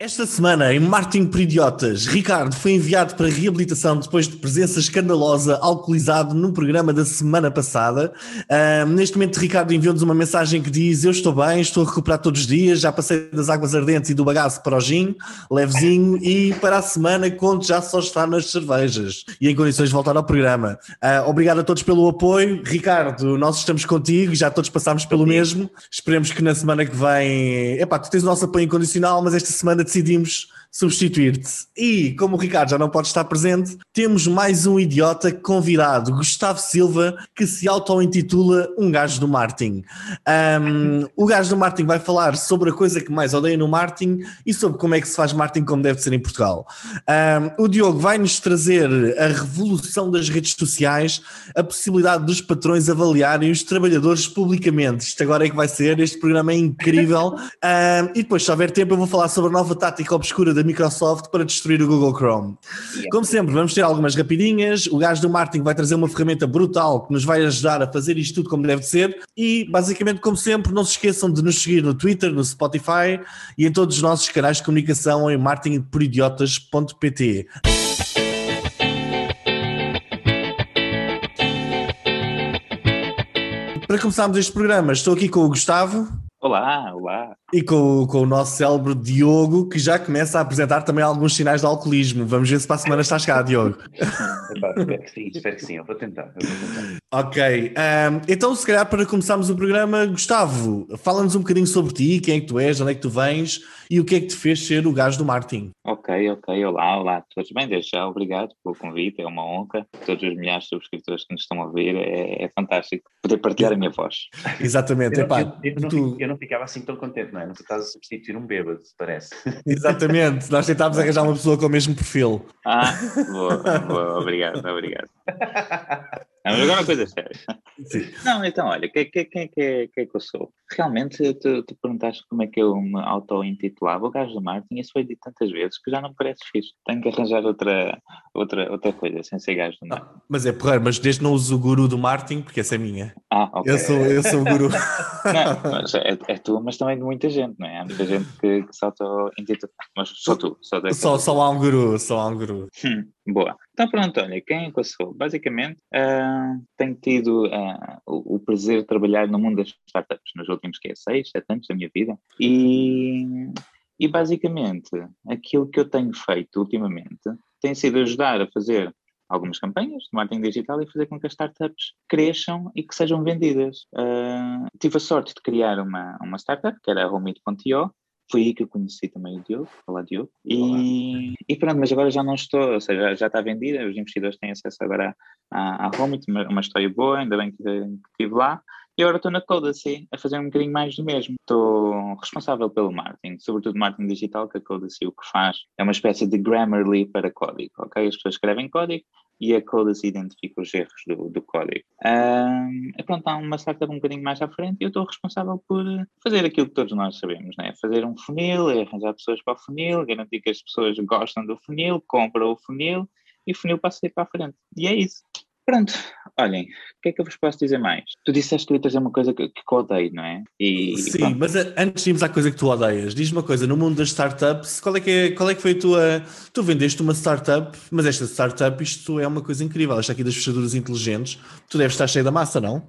Esta semana, em Marketing por Idiotas, Ricardo foi enviado para reabilitação depois de presença escandalosa, alcoolizado no programa da semana passada. Neste momento, Ricardo enviou-nos uma mensagem que diz: eu estou bem, estou a recuperar todos os dias, já passei das águas ardentes e do bagaço para o gin, levezinho, e para a semana conto já só estar nas cervejas e em condições de voltar ao programa. Obrigado a todos pelo apoio. Ricardo, nós estamos contigo, já todos passámos pelo mesmo. Esperemos que na semana que vem... tu tens o nosso apoio incondicional, mas esta semana decidimos substituir-te. E, como o Ricardo já não pode estar presente, temos mais um idiota convidado, Gustavo Silva, que se auto-intitula um gajo do marketing. O gajo do marketing vai falar sobre a coisa que mais odeia no marketing e sobre como é que se faz marketing como deve ser em Portugal. O Diogo vai-nos trazer a revolução das redes sociais, a possibilidade dos patrões avaliarem os trabalhadores publicamente. Isto agora é que vai ser, este programa é incrível. E depois, se houver tempo, eu vou falar sobre a nova tática obscura da Microsoft para destruir o Google Chrome. Como sempre, vamos ter algumas rapidinhas. O gajo do marketing vai trazer uma ferramenta brutal que nos vai ajudar a fazer isto tudo como deve ser. E, basicamente, como sempre, não se esqueçam de nos seguir no Twitter, no Spotify e em todos os nossos canais de comunicação em marketingporidiotas.pt. Para começarmos este programa, estou aqui com o Gustavo. Olá, olá. E com o nosso célebre Diogo, que já começa a apresentar também alguns sinais de alcoolismo. Vamos ver se para a semana estás cá, Diogo. Espero que sim, eu vou tentar. Ok, então se calhar para começarmos o programa, Gustavo, fala-nos um bocadinho sobre ti, quem é que tu és, onde é que tu vens e o que é que te fez ser o gajo do marketing. Ok, olá a todos. Bem, desde já, obrigado pelo convite, é uma honra. Todos os milhares de subscritores que nos estão a ouvir, é fantástico poder partilhar a minha voz. Exatamente. Eu não ficava assim tão contente, não é? Não tu estás a substituir um bêbado, parece. Exatamente, nós tentámos arranjar uma pessoa com o mesmo perfil. Boa, obrigado. Não, mas agora uma coisa séria. Sim. Não, então, olha, quem é que eu sou? Realmente, tu perguntaste como é que eu me auto-intitulava o gajo do marketing, isso foi dito tantas vezes que já não me parece fixe. Tenho que arranjar outra coisa, sem ser gajo do marketing. Mas é porreiro, mas desde não uso o guru do marketing, porque essa é minha. Ok. Eu sou o guru. Não, mas é tu, mas também de muita gente, não é? Há muita gente que se auto-intitula. Mas só tu. Só há um guru. Boa. Então pronto, olha, quem é que eu sou? Basicamente, tenho tido o prazer de trabalhar no mundo das startups nos últimos 6, 7 anos da minha vida e basicamente aquilo que eu tenho feito ultimamente tem sido ajudar a fazer algumas campanhas de marketing digital e fazer com que as startups cresçam e que sejam vendidas. Tive a sorte de criar uma startup que era a Homeit.io. Foi aí que eu conheci também o Diogo. Olá, Diogo. E pronto, mas agora já não estou, ou seja, já está vendida, os investidores têm acesso agora à Homeit, uma história boa, ainda bem que estive lá. E agora estou na Codacy a fazer um bocadinho mais do mesmo. Estou responsável pelo marketing, sobretudo marketing digital, que a Codacy o que faz é uma espécie de Grammarly para código, ok? As pessoas escrevem código e a Codacy identifica os erros do código. Pronto, há uma startup um bocadinho mais à frente e eu estou responsável por fazer aquilo que todos nós sabemos, né? Fazer um funil, arranjar pessoas para o funil, garantir que as pessoas gostam do funil, compram o funil e o funil passa a ir para a frente. E é isso. Pronto, olhem, o que é que eu vos posso dizer mais? Tu disseste que eu ia trazer uma coisa que odeio, não é? Sim, pronto. mas antes de irmos à coisa que tu odeias, diz-me uma coisa, no mundo das startups, qual é que foi a tua... Tu vendeste uma startup, mas esta startup, isto é uma coisa incrível, esta aqui das fechaduras inteligentes, tu deves estar cheio da massa, não?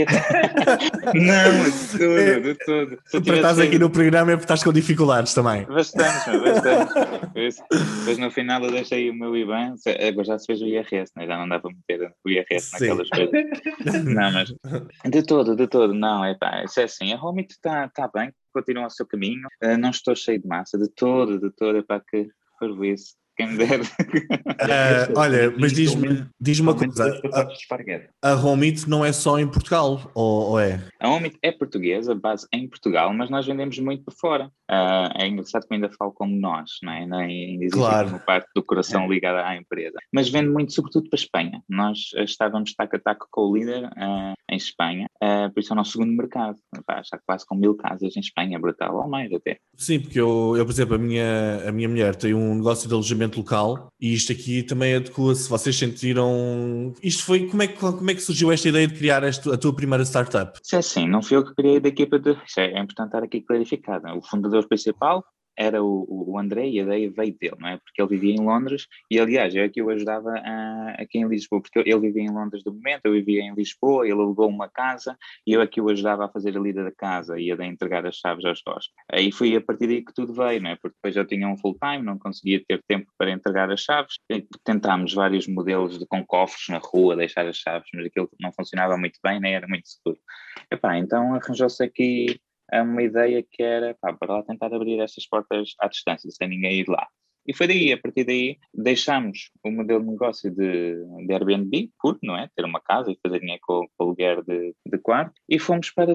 Não, de todo. Tu estás aqui no programa é porque estás com dificuldades também. Bastante. Depois no final eu deixei o meu IBAN, agora já se fez o IRS, né? Já não dá para meter o IRS naquelas coisas. Não, mas de todo, não, isso é assim, a Homeit está bem, continua o seu caminho, não estou cheio de massa, de todo, que parvoíce. Quem me dera. Olha, mas diz-me uma coisa, a Homeit não é só em Portugal, ou é? A Homeit é portuguesa, base em Portugal, mas nós vendemos muito para fora. É engraçado que eu ainda falo como nós, não é? Ainda existe uma parte do coração ligada à empresa. Mas vende muito, sobretudo para a Espanha. Nós estávamos taco a taco com o líder em Espanha, por isso é o nosso segundo mercado. Está quase com 1000 casas em Espanha, brutal, ou mais até. Sim, porque eu por exemplo, a minha mulher tem um negócio de alojamento local e isto aqui também adequa-se. Vocês sentiram... Isto foi... Como é que surgiu esta ideia de criar a tua primeira startup? Isso é assim, não fui eu que criei da equipa de... Isso é importante estar aqui clarificado. O fundador principal era o André, e a ideia veio dele, não é? Porque ele vivia em Londres e, aliás, eu aqui o ajudava aqui em Lisboa, porque ele vivia em Londres do momento, eu vivia em Lisboa, ele alugou uma casa e eu aqui o ajudava a fazer a lida da casa e a entregar as chaves aos hóspedes. Aí foi a partir daí que tudo veio, não é? Porque depois eu tinha um full-time, não conseguia ter tempo para entregar as chaves. Tentámos vários modelos com cofres na rua, deixar as chaves, mas aquilo não funcionava muito bem, nem era muito seguro. Então arranjou-se aqui uma ideia que era, para lá tentar abrir estas portas à distância, sem ninguém ir lá. E foi daí, a partir daí, deixámos o modelo de negócio de Airbnb, puro, não é? Ter uma casa e fazer dinheiro com o aluguer de quarto, e fomos para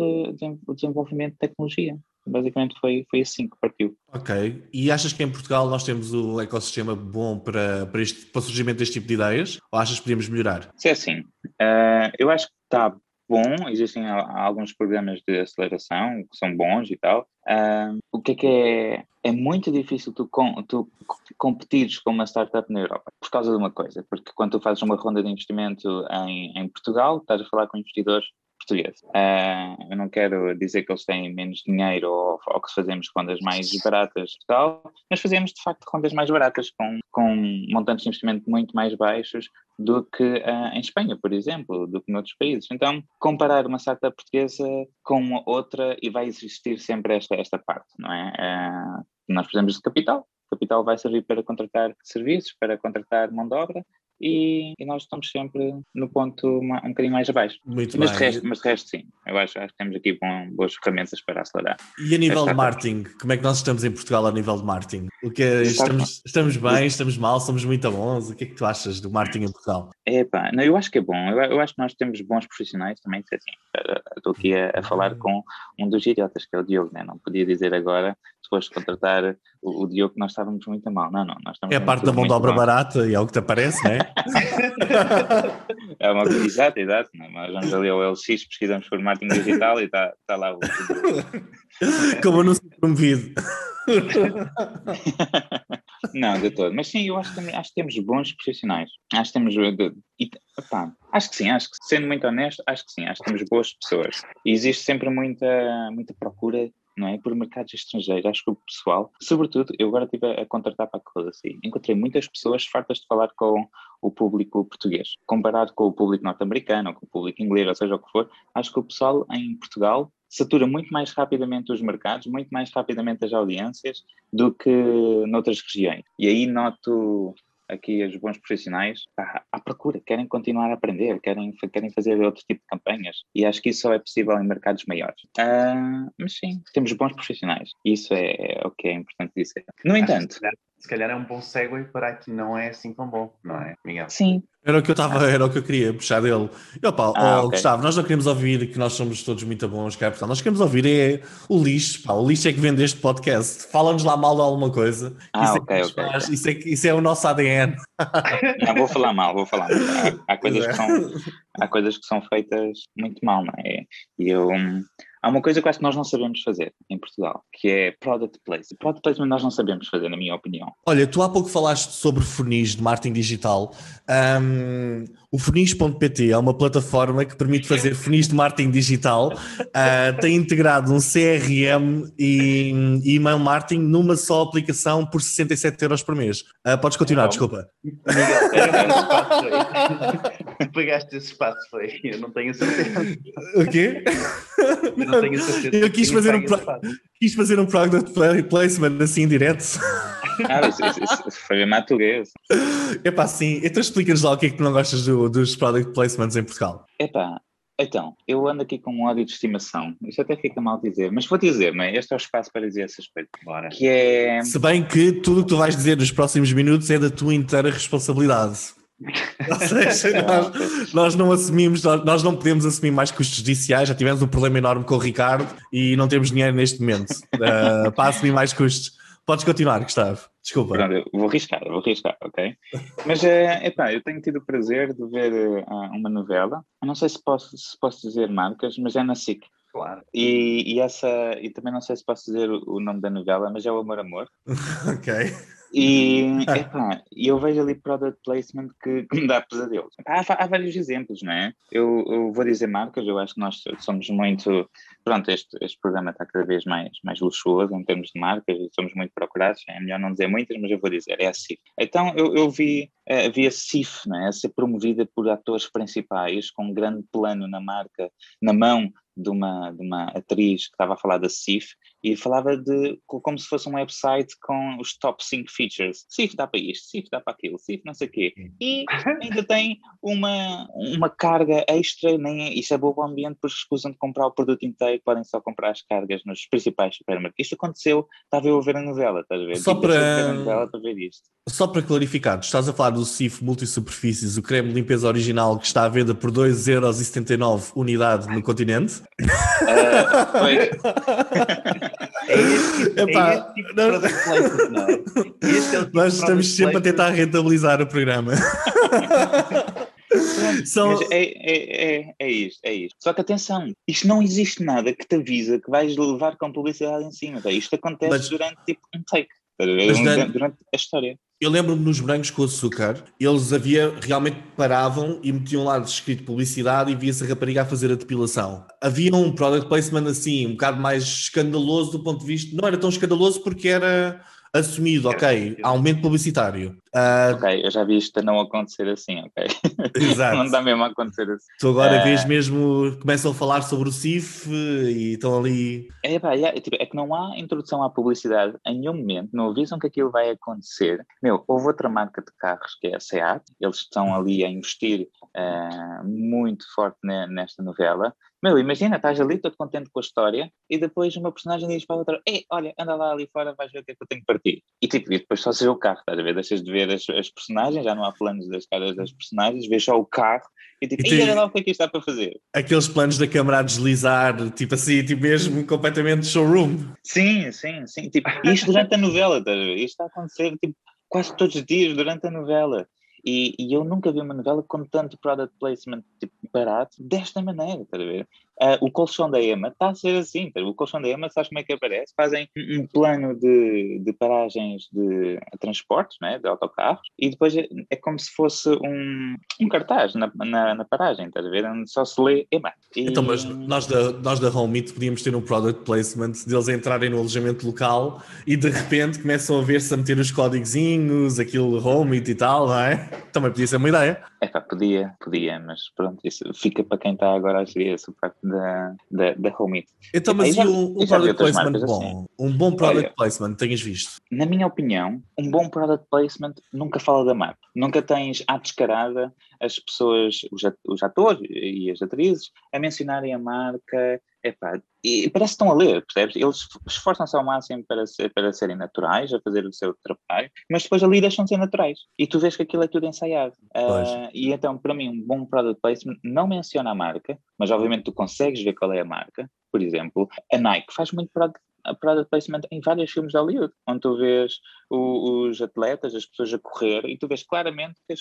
o desenvolvimento de tecnologia. Basicamente foi assim que partiu. Ok. E achas que em Portugal nós temos o ecossistema bom para o surgimento deste tipo de ideias? Ou achas que podíamos melhorar? Se é assim, eu acho que está bom, existem alguns programas de aceleração que são bons e tal. O que é? É muito difícil tu competires com uma startup na Europa por causa de uma coisa, porque quando tu fazes uma ronda de investimento em Portugal, estás a falar com investidores portugueses. Eu não quero dizer que eles têm menos dinheiro ou que fazemos rondas mais baratas e tal, mas fazemos de facto rondas mais baratas com montantes de investimento muito mais baixos do que em Espanha, por exemplo, do que noutros países. Então, comparar uma startup portuguesa com uma outra, e vai existir sempre esta parte, não é? Nós precisamos de capital. O capital vai servir para contratar serviços, para contratar mão de obra, e nós estamos sempre no ponto um bocadinho mais abaixo. Muito Mas bem. de resto, sim. Eu acho que temos aqui boas ferramentas para acelerar. E a nível de marketing, como é que nós estamos em Portugal a nível de marketing? Estamos bem, estamos mal, somos muito bons? O que é que tu achas do marketing em Portugal? Não, eu acho que é bom. Eu acho que nós temos bons profissionais também. Assim, estou aqui a falar com um dos idiotas, que é o Diogo, né? Não podia dizer agora, se foste contratar o Diogo, que nós estávamos muito mal. Não, nós estamos É a parte da mão de obra barata e é o que te aparece, não é? Exato. Nós vamos ali ao LX, pesquisamos por marketing digital e está lá o Como anúncio promovido. Não, de todo. Mas sim, eu acho que temos bons profissionais. Acho que temos. Acho que sim, sendo muito honesto, acho que sim, acho que temos boas pessoas. E existe sempre muita procura, não é? Por mercados estrangeiros. Acho que o pessoal, sobretudo, eu agora estive a contratar para a coisa assim. Encontrei muitas pessoas fartas de falar com o público português. Comparado com o público norte-americano, ou com o público inglês, ou seja o que for, acho que o pessoal em Portugal satura muito mais rapidamente os mercados, muito mais rapidamente as audiências do que noutras regiões. E aí noto aqui os bons profissionais à procura, querem continuar a aprender, querem fazer outro tipo de campanhas, e acho que isso só é possível em mercados maiores. Mas sim, temos bons profissionais, e isso é o que é importante dizer. No entanto... Se calhar é um bom segue para que não é assim tão bom, não é, Miguel? Sim. Era o que eu queria puxar dele. E okay. Gustavo, nós não queremos ouvir que nós somos todos muito bons, cá, portanto, nós queremos ouvir o lixo, o lixo é que vende este podcast. Fala-nos lá mal de alguma coisa. Isso é o nosso ADN. Não, vou falar mal. Há coisas que são feitas muito mal, não é? Há uma coisa que eu acho que nós não sabemos fazer em Portugal, que é product placement. Product placement nós não sabemos fazer, na minha opinião. Olha, tu há pouco falaste sobre funis de marketing digital. O funis.pt é uma plataforma que permite fazer funis de marketing digital. Tem integrado um CRM e email marketing numa só aplicação por 67€ por mês. Podes continuar, desculpa. Miguel, pegaste esse espaço, foi. Eu não tenho certeza. O quê? Não tenho certeza. Eu quis fazer um product placement assim direto. Isso foi matuguês. Epá, sim. Então explica-nos lá o que é que tu não gostas dos product placements em Portugal. Então, eu ando aqui com um ódio de estimação. Isto até fica mal dizer, mas vou dizer, não é? Este é o espaço para dizer essas coisas. Bora. Que é... Se bem que tudo o que tu vais dizer nos próximos minutos é da tua inteira responsabilidade. Ou seja, nós não assumimos, nós não podemos assumir mais custos judiciais, já tivemos um problema enorme com o Ricardo e não temos dinheiro neste momento para assumir mais custos. Podes continuar, Gustavo. Desculpa. Pronto, eu vou arriscar, ok? Mas, eu tenho tido o prazer de ver uma novela, eu não sei se posso dizer marcas, mas é na SIC. Claro. E também não sei se posso dizer o nome da novela, mas é o Amor Amor. Ok. Epá, eu vejo ali product placement que me dá pesadelos. Epá, há vários exemplos, não é? Eu vou dizer marcas, eu acho que nós somos muito... Pronto, este programa está cada vez mais luxuoso em termos de marcas e somos muito procurados. É melhor não dizer muitas, mas eu vou dizer, é a CIF. Então eu vi a CIF, não é? A ser promovida por atores principais com um grande plano na marca, na mão de uma atriz que estava a falar da CIF e falava como se fosse um website com os top 5 features. CIF dá para isto, CIF dá para aquilo, CIF não sei o quê. E ainda tem uma carga extra, isso é bom para o ambiente, porque escusam de comprar o produto inteiro, podem só comprar as cargas nos principais supermercados. Isto aconteceu, estava eu a ver a novela, estás a ver? Só Deixei de ver a para, novela para ver isto. só para clarificar, tu estás a falar do Cif Multisuperfícies, o creme de limpeza original que está à venda por 2,79€ unidade no continente? Pois. É este tipo de product placement, não é? Este é o tipo Nós de estamos product sempre a tentar placement. rentabilizar o programa. Mas é isto. Só que atenção, isto não existe nada que te avisa que vais levar com publicidade em cima. Tá? Isto acontece Mas- durante tipo um take, Mas, Dan, durante a história. eu lembro-me nos brancos com açúcar, eles realmente paravam e metiam lá escrito publicidade e via-se a rapariga a fazer a depilação. Havia um product placement assim, um bocado mais escandaloso do ponto de vista, não era tão escandaloso porque era assumido, ok, aumento publicitário. Ok, eu já vi isto a não acontecer assim, ok? Não Exato. dá mesmo a acontecer assim. Tu agora vês mesmo, começam a falar sobre o CIF e estão ali. É que não há introdução à publicidade em nenhum momento, não avisam que aquilo vai acontecer. Houve outra marca de carros que é a SEAT, eles estão ali a investir muito forte nesta novela. Imagina, estás ali todo contente com a história e depois uma personagem diz para a outra: ei, olha, anda lá ali fora, vais ver o que é que eu tenho que partir. E depois só se vê o carro, estás a ver? Deixas de ver as personagens, já não há planos das caras das personagens, vês só o carro e tipo, ei, olha lá o que é que isto está para fazer. Aqueles planos da câmara a deslizar, tipo assim, tipo mesmo completamente showroom. Sim. Tipo, isto durante a novela, estás a ver? Isto está a acontecer tipo, quase todos os dias durante a novela. E eu nunca vi uma novela com tanto product placement tipo, barato desta maneira, estás a ver? O colchão da Ema está a ser assim. O colchão da Ema, sabes como é que aparece? Fazem um plano de paragens de transportes, né, de autocarros, e depois é como se fosse um cartaz na paragem, estás a ver? Onde só se lê Ema. Então, mas nós da Home It podíamos ter um product placement deles entrarem no alojamento local e de repente começam a ver-se a meter os códigozinhos, aquilo Home It e tal, não é? Também podia ser uma ideia. Podia, mas pronto, isso fica para quem está agora a gerir essa parte da Home It. Então, mas e um já vi product outras placement marcas bom? assim. Um bom product Olha, placement, tenhas visto? na minha opinião, um bom product placement nunca fala da marca. Nunca tens à descarada as pessoas, os atores e as atrizes, a mencionarem a marca. Epá, e parece que estão a ler, percebes? Eles esforçam-se ao máximo para serem naturais, a fazer o seu trabalho, mas depois ali deixam de ser naturais. E tu vês que aquilo é tudo ensaiado. Pois. E então, para mim, um bom product placement não menciona a marca, mas obviamente tu consegues ver qual é a marca. Por exemplo, a Nike faz muito product placement em vários filmes de Hollywood, onde tu vês os atletas, as pessoas a correr, e tu vês claramente que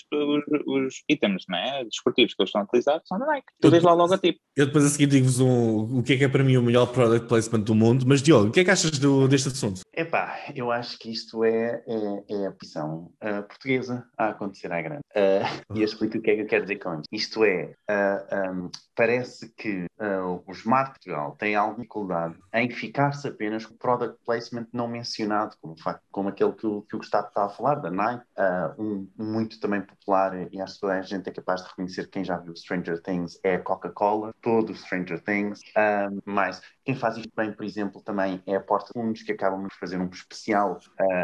os itens, né, desportivos que eles estão a utilizar são da Nike. Tu vês lá o logotipo. Eu depois a seguir digo-vos o que é para mim o melhor product placement do mundo. Mas Diogo, o que é que achas deste assunto? Epá, eu acho que isto é a visão portuguesa a acontecer à grande. E eu explico o que é que eu quero dizer com isto. Isto é, parece que o Smart Portugal tem alguma dificuldade em ficar-se apenas com o product placement não mencionado, como aquele que o Gustavo está a falar, da Nike, muito também popular, e acho que toda a gente é capaz de reconhecer, quem já viu Stranger Things, é a Coca-Cola, todo o Stranger Things, mas quem faz isto bem, por exemplo, também é a Porta Fundos, que acabam de fazer um especial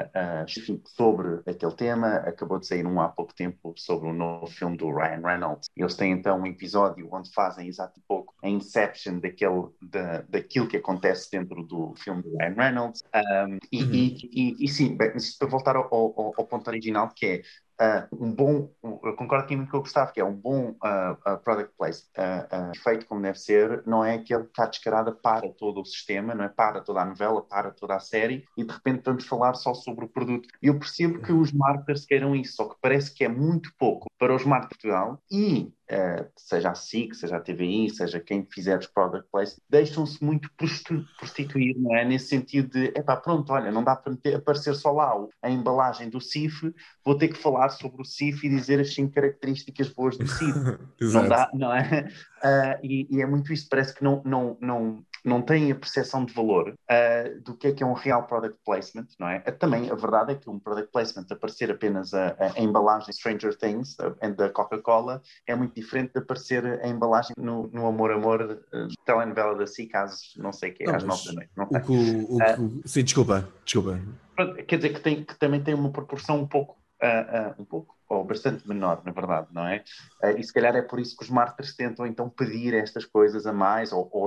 sobre aquele tema. Acabou de sair há pouco tempo sobre o novo filme do Ryan Reynolds. Eles têm então um episódio onde fazem exato um pouco a inception daquilo que acontece dentro do filme do Ryan Reynolds. E sim, para voltar ao ponto original, que é eu concordo aqui muito com o Gustavo, que é um bom product place feito como deve ser, não é aquele que está descarada para todo o sistema, não é para toda a novela, para toda a série, e de repente vamos falar só sobre o produto. Eu percebo que os marketers queiram isso, só que parece que é muito pouco para os marketers de Portugal e seja a SIC, seja a TVI, seja quem fizer os product place, deixam-se muito prostituir, não é? Nesse sentido de, epá, pronto, olha, não dá para aparecer só lá a embalagem do CIF, vou ter que falar sobre o CIF e dizer as 5 características boas do CIF. Não Exato. dá, não é? E é muito isso, parece que não têm a percepção de valor do que é um real product placement, não é? Também a verdade é que um product placement aparecer apenas a embalagem Stranger Things da Coca-Cola é muito diferente de aparecer a embalagem no Amor Amor telenovela da SIC às não sei o que, Não, às 9 mas da noite. Não sei. sim, desculpa. Pronto, quer dizer que também tem uma proporção um pouco ou bastante menor, na verdade, não é? E se calhar é por isso que os marketers tentam então pedir estas coisas a mais, ou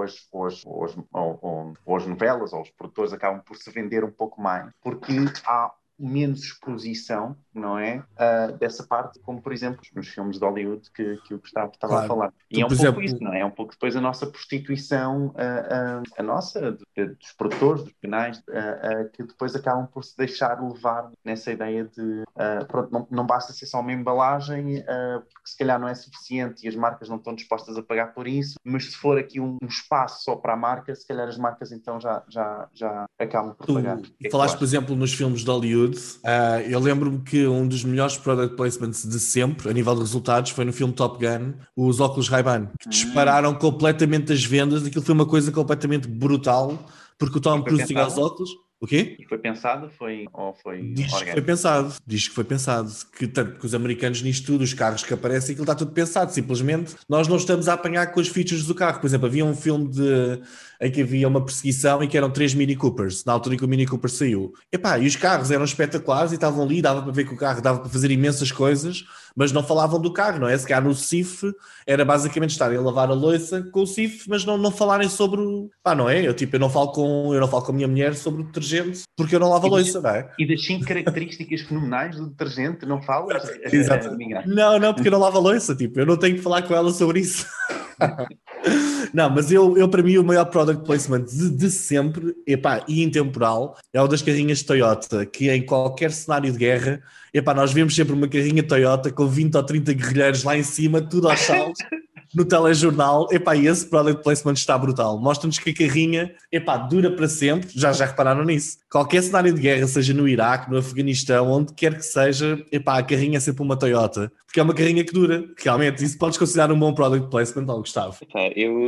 as novelas, ou os produtores acabam por se vender um pouco mais, porque há menos exposição, não é? Dessa parte, como por exemplo nos filmes de Hollywood que o Gustavo estava a Claro. falar. E Tu, é um por pouco isso, exemplo, não é? É um pouco depois a nossa prostituição, a nossa, dos produtores, dos canais, que depois acabam por se deixar levar nessa ideia de, pronto, não basta ser só uma embalagem, porque se calhar não é suficiente e as marcas não estão dispostas a pagar por isso, mas se for aqui um espaço só para a marca, se calhar as marcas então já acabam por pagar. tu Que falaste, por exemplo, nos filmes de Hollywood. Eu lembro-me que um dos melhores product placements de sempre, a nível de resultados, foi no filme Top Gun, os óculos Ray-Ban, que dispararam completamente as vendas. Aquilo foi uma coisa completamente brutal, porque o E Tom foi Cruise tinha os pensado? óculos. O quê? E foi pensado? Ou foi Diz que foi orgânico? pensado, que tanto que os americanos nisto tudo, os carros que aparecem, aquilo está tudo pensado, simplesmente nós não estamos a apanhar com as features do carro. Por exemplo, havia um filme em que havia uma perseguição e que eram 3 Mini Coopers, na altura em que o Mini Cooper saiu. E os carros eram espetaculares e estavam ali, dava para ver que o carro dava para fazer imensas coisas, mas não falavam do carro, não é? Se calhar no CIF era basicamente estarem a lavar a louça com o CIF, mas não falarem sobre não é? Eu não falo com a minha mulher sobre o detergente porque eu não lavo a louça, não é? E das 5 características fenomenais do detergente, não falas, Exato. Miguel? Não, porque eu não lavo a louça, eu não tenho que falar com ela sobre isso. Não, mas eu para mim o maior product placement de sempre, e intemporal, é o das carrinhas Toyota, que em qualquer cenário de guerra, nós vemos sempre uma carrinha Toyota com 20 ou 30 guerrilheiros lá em cima, tudo aos saltos, no telejornal. E esse product placement está brutal. Mostra-nos que a carrinha, dura para sempre. Já repararam nisso? Qualquer cenário de guerra, seja no Iraque, no Afeganistão, onde quer que seja, a carrinha é sempre uma Toyota. Porque é uma carrinha que dura. Realmente, isso podes considerar um bom product placement, Gustavo? Epá,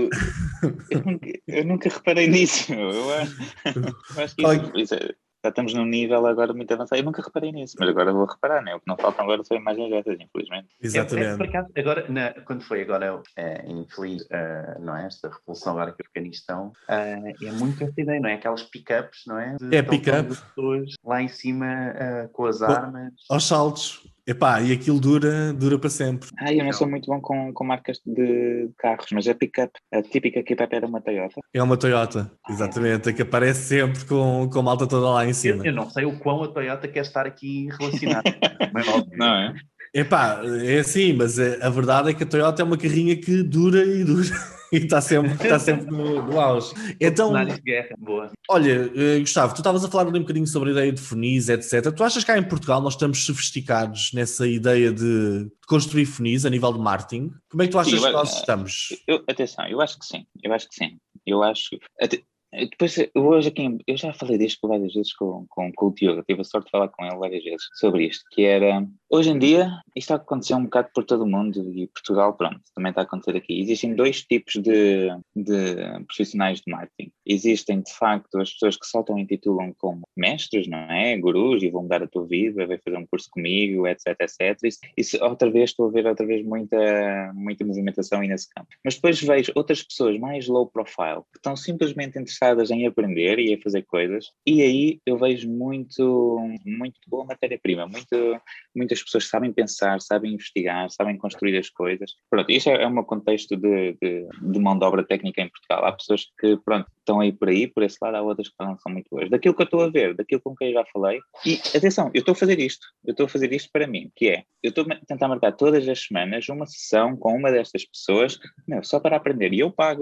eu nunca reparei nisso. Eu acho que já estamos num nível agora muito avançado. Eu nunca reparei nisso, mas agora vou reparar, né? O que não faltam agora são imagens dessas, infelizmente. Exatamente. Por acaso, agora, quando foi agora infeliz, não é? Esta revolução agora que o Afeganistão, é muito essa ideia, não é? Aquelas pick-ups, não é? É pick-up. Pessoas lá em cima com as armas. Aos saltos. E aquilo dura para sempre. Eu não sou muito bom com marcas de carros, mas a pick-up, a típica pick-up era uma Toyota. É uma Toyota, exatamente, que aparece sempre com a malta toda lá em cima. Eu não sei o quão a Toyota quer estar aqui relacionada. Mas, óbvio. Não é? É assim, mas a verdade é que a Toyota é uma carrinha que dura e dura e está sempre no auge. Então, cenário de guerra, boa. Olha, Gustavo, tu estavas a falar ali um bocadinho sobre a ideia de funis, etc. Tu achas que cá em Portugal nós estamos sofisticados nessa ideia de construir funis a nível de marketing? Como é que tu achas que nós estamos? Atenção, eu acho que sim. Eu acho que... Depois, hoje aqui, eu já falei disto várias vezes com o Tiago, tive a sorte de falar com ele várias vezes sobre isto, que era, hoje em dia, isto está a acontecer um bocado por todo o mundo e Portugal, pronto, também está a acontecer aqui. Existem 2 tipos de profissionais de marketing. Existem, de facto, as pessoas que só intitulam como mestres, não é? Gurus, e vão mudar a tua vida, vai fazer um curso comigo, etc, etc. Isso estou a ver outra vez muita movimentação aí nesse campo. Mas depois vejo outras pessoas mais low profile, que estão simplesmente interessadas em aprender e a fazer coisas, e aí eu vejo muito boa matéria-prima, muitas pessoas que sabem pensar, sabem investigar, sabem construir as coisas. Pronto, isto é um contexto de mão de obra técnica em Portugal. Há pessoas que, pronto, estão aí, por esse lado, há outras que não são muito boas. Daquilo que eu estou a ver, daquilo com quem eu já falei, e atenção, eu estou a fazer isto, eu estou a fazer isto para mim, que é, eu estou a tentar marcar todas as semanas uma sessão com uma destas pessoas, só para aprender, e eu pago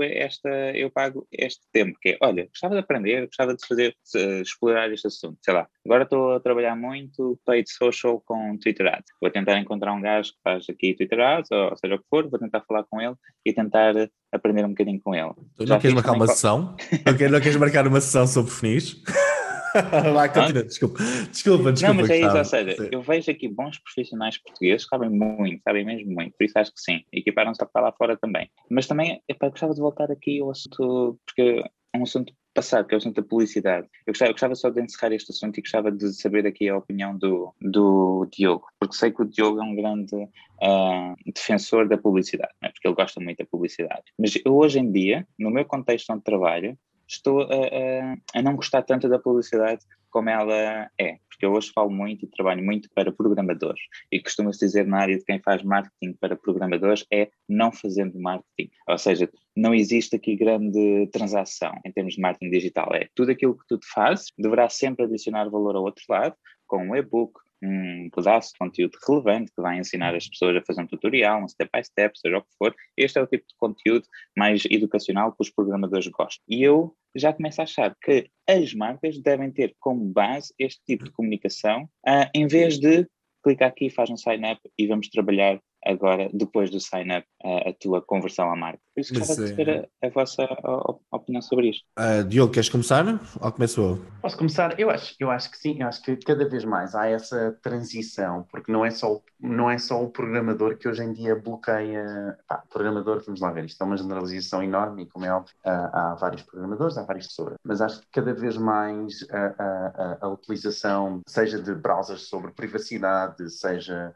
este tempo, que é, olha, gostava de aprender, gostava de fazer, explorar este assunto, sei lá, agora estou a trabalhar muito paid social com Twitter Ads, vou tentar encontrar um gajo que faz aqui Twitter Ads, ou seja o que for, vou tentar falar com ele e tentar aprender um bocadinho com ele. Não queres marcar uma sessão? Não queres marcar uma sessão sobre funis? Lá, continua, desculpa. Não, mas é isso, ou seja, eu vejo aqui bons profissionais portugueses que sabem mesmo muito, por isso acho que sim, equiparam-se para lá fora também. Mas também, gostava de voltar aqui ao assunto, porque é um assunto passado, que é o assunto da publicidade. Eu gostava só de encerrar este assunto e gostava de saber aqui a opinião do Diogo, porque sei que o Diogo é um grande defensor da publicidade, não é? Porque ele gosta muito da publicidade. Mas eu hoje em dia, no meu contexto onde trabalho, estou a não gostar tanto da publicidade como ela é, porque eu hoje falo muito e trabalho muito para programadores, e costuma-se dizer na área de quem faz marketing para programadores é não fazendo marketing, ou seja, não existe aqui grande transação em termos de marketing digital, é tudo aquilo que tu te fazes deverá sempre adicionar valor ao outro lado, com um e-book, um pedaço de conteúdo relevante que vai ensinar as pessoas a fazer um tutorial, um step by step, seja o que for. Este é o tipo de conteúdo mais educacional que os programadores gostam. E eu já começo a achar que as marcas devem ter como base este tipo de comunicação, em vez de clicar aqui, faz um sign-up e vamos trabalhar agora, depois do sign-up, a tua conversão à marca. Por isso gostava de saber a vossa opinião sobre isto. Diogo, queres começar ou começo eu? Posso começar? Eu acho que sim, eu acho que cada vez mais há essa transição, porque não é só o programador que hoje em dia bloqueia. Programador, vamos lá ver, isto é uma generalização enorme e, como é óbvio, há vários programadores, há várias pessoas, mas acho que cada vez mais a utilização, seja de browsers sobre privacidade, seja